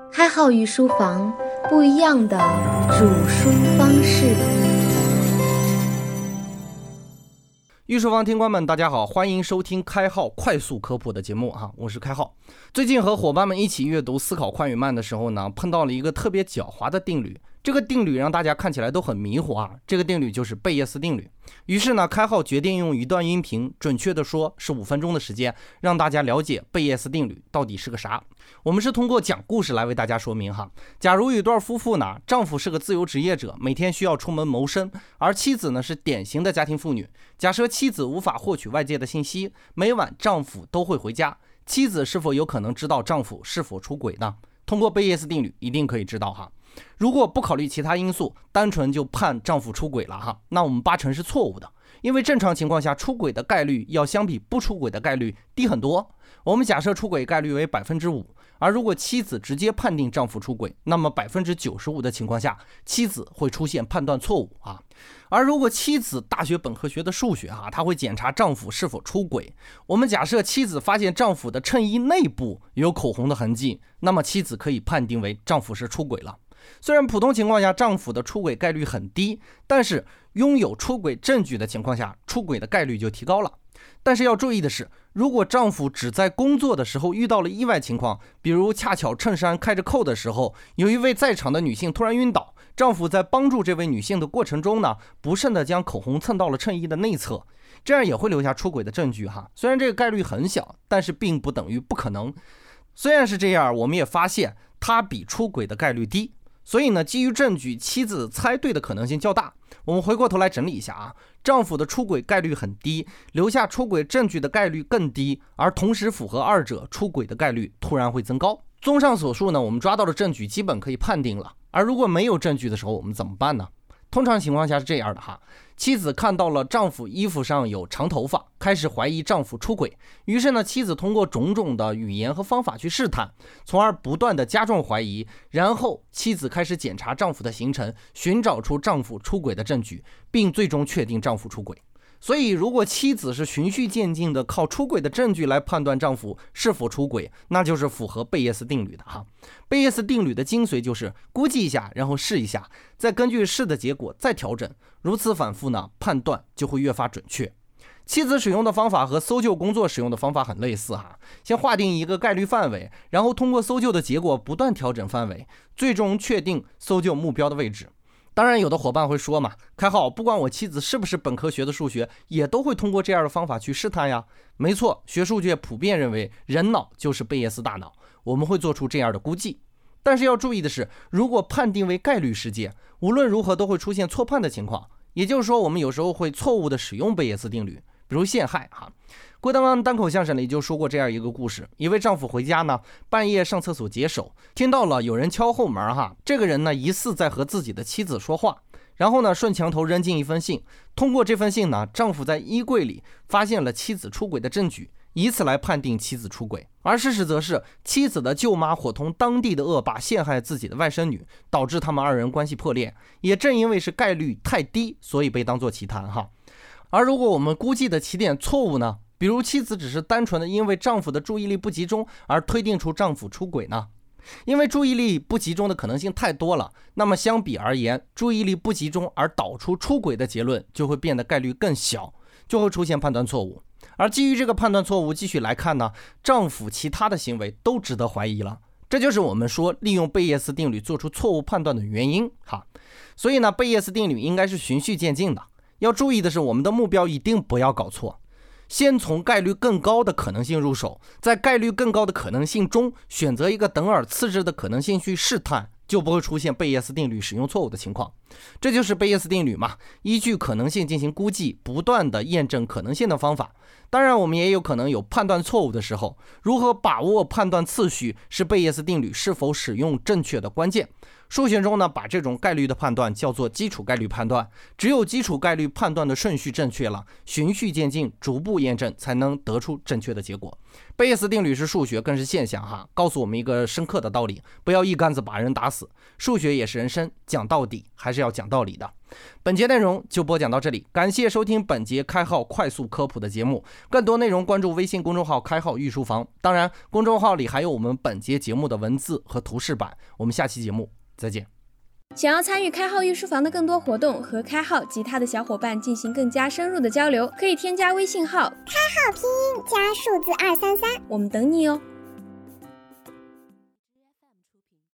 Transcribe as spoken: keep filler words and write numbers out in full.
开号御书房，不一样的煮书方式。 御书房听官们，大家好，欢迎收听开号快速科普的节目啊，我是开号。最近和伙伴们一起阅读《思考快与慢》的时候呢，碰到了一个特别狡猾的定律。这个定律让大家看起来都很迷糊啊，这个定律就是贝叶斯定律。于是呢，开号决定用一段音频，准确的说是五分钟的时间，让大家了解贝叶斯定律到底是个啥。我们是通过讲故事来为大家说明哈。假如有一对夫妇呢，丈夫是个自由职业者，每天需要出门谋生，而妻子呢是典型的家庭妇女。假设妻子无法获取外界的信息，每晚丈夫都会回家，妻子是否有可能知道丈夫是否出轨呢？通过贝叶斯定律一定可以知道哈。如果不考虑其他因素，单纯就判丈夫出轨了哈，那我们八成是错误的。因为正常情况下，出轨的概率要相比不出轨的概率低很多。我们假设出轨概率为百分之五，而如果妻子直接判定丈夫出轨，那么百分之九十五的情况下，妻子会出现判断错误啊。而如果妻子大学本科学的数学哈，她会检查丈夫是否出轨。我们假设妻子发现丈夫的衬衣内部有口红的痕迹，那么妻子可以判定为丈夫是出轨了。虽然普通情况下丈夫的出轨概率很低，但是拥有出轨证据的情况下，出轨的概率就提高了。但是要注意的是，如果丈夫只在工作的时候遇到了意外情况，比如恰巧衬衫开着扣的时候，有一位在场的女性突然晕倒，丈夫在帮助这位女性的过程中呢，不慎的将口红蹭到了衬衣的内侧，这样也会留下出轨的证据哈。虽然这个概率很小，但是并不等于不可能。虽然是这样，我们也发现它比出轨的概率低。所以呢，基于证据，妻子猜对的可能性较大。我们回过头来整理一下啊，丈夫的出轨概率很低，留下出轨证据的概率更低，而同时符合二者，出轨的概率突然会增高。综上所述呢，我们抓到的证据基本可以判定了。而如果没有证据的时候，我们怎么办呢？通常情况下是这样的哈，妻子看到了丈夫衣服上有长头发，开始怀疑丈夫出轨，于是呢，妻子通过种种的语言和方法去试探，从而不断的加重怀疑，然后妻子开始检查丈夫的行程，寻找出丈夫出轨的证据，并最终确定丈夫出轨。所以如果妻子是循序渐进的靠出轨的证据来判断丈夫是否出轨，那就是符合贝叶斯定律的哈。贝叶斯定律的精髓就是估计一下，然后试一下，再根据试的结果再调整，如此反复呢，判断就会越发准确。妻子使用的方法和搜救工作使用的方法很类似哈，先划定一个概率范围，然后通过搜救的结果不断调整范围，最终确定搜救目标的位置。当然有的伙伴会说嘛，开号不管我妻子是不是本科学的数学，也都会通过这样的方法去试探呀。没错，学数学普遍认为人脑就是贝叶斯大脑，我们会做出这样的估计。但是要注意的是，如果判定为概率事件，无论如何都会出现错判的情况，也就是说我们有时候会错误的使用贝叶斯定律，比如陷害哈。郭德纲单口相声里就说过这样一个故事，一位丈夫回家呢，半夜上厕所解手，听到了有人敲后门哈，这个人呢疑似在和自己的妻子说话，然后呢顺墙头扔进一封信，通过这封信呢，丈夫在衣柜里发现了妻子出轨的证据，以此来判定妻子出轨。而事实则是妻子的舅妈伙同当地的恶霸陷害自己的外甥女，导致他们二人关系破裂，也正因为是概率太低，所以被当作奇谈哈。而如果我们估计的起点错误呢？比如妻子只是单纯的因为丈夫的注意力不集中而推定出丈夫出轨呢？因为注意力不集中的可能性太多了，那么相比而言，注意力不集中而导出出轨的结论就会变得概率更小，就会出现判断错误。而基于这个判断错误继续来看呢，丈夫其他的行为都值得怀疑了。这就是我们说利用贝叶斯定律做出错误判断的原因哈。所以呢，贝叶斯定律应该是循序渐进的。要注意的是，我们的目标一定不要搞错。先从概率更高的可能性入手，在概率更高的可能性中选择一个等而次之的可能性去试探，就不会出现贝叶斯定律使用错误的情况。这就是贝叶斯定律嘛，依据可能性进行估计，不断的验证可能性的方法。当然我们也有可能有判断错误的时候，如何把握判断次序是贝叶斯定律是否使用正确的关键。数学中呢，把这种概率的判断叫做基础概率判断，只有基础概率判断的顺序正确了，循序渐进，逐步验证，才能得出正确的结果。贝叶斯定律是数学，更是现象哈，告诉我们一个深刻的道理：不要一竿子把人打死。数学也是人生，讲到底还是是要讲道理的。本节内容就播讲到这里，感谢收听本节开号快速科普的节目。更多内容关注微信公众号开号御书房，当然公众号里还有我们本节节目的文字和图示版。我们下期节目再见。 想要参与开号御书房的更多活动，和开号及他的小伙伴进行更加深入的交流，可以添加微信号开号拼音加数字二三三， 我们等你哦。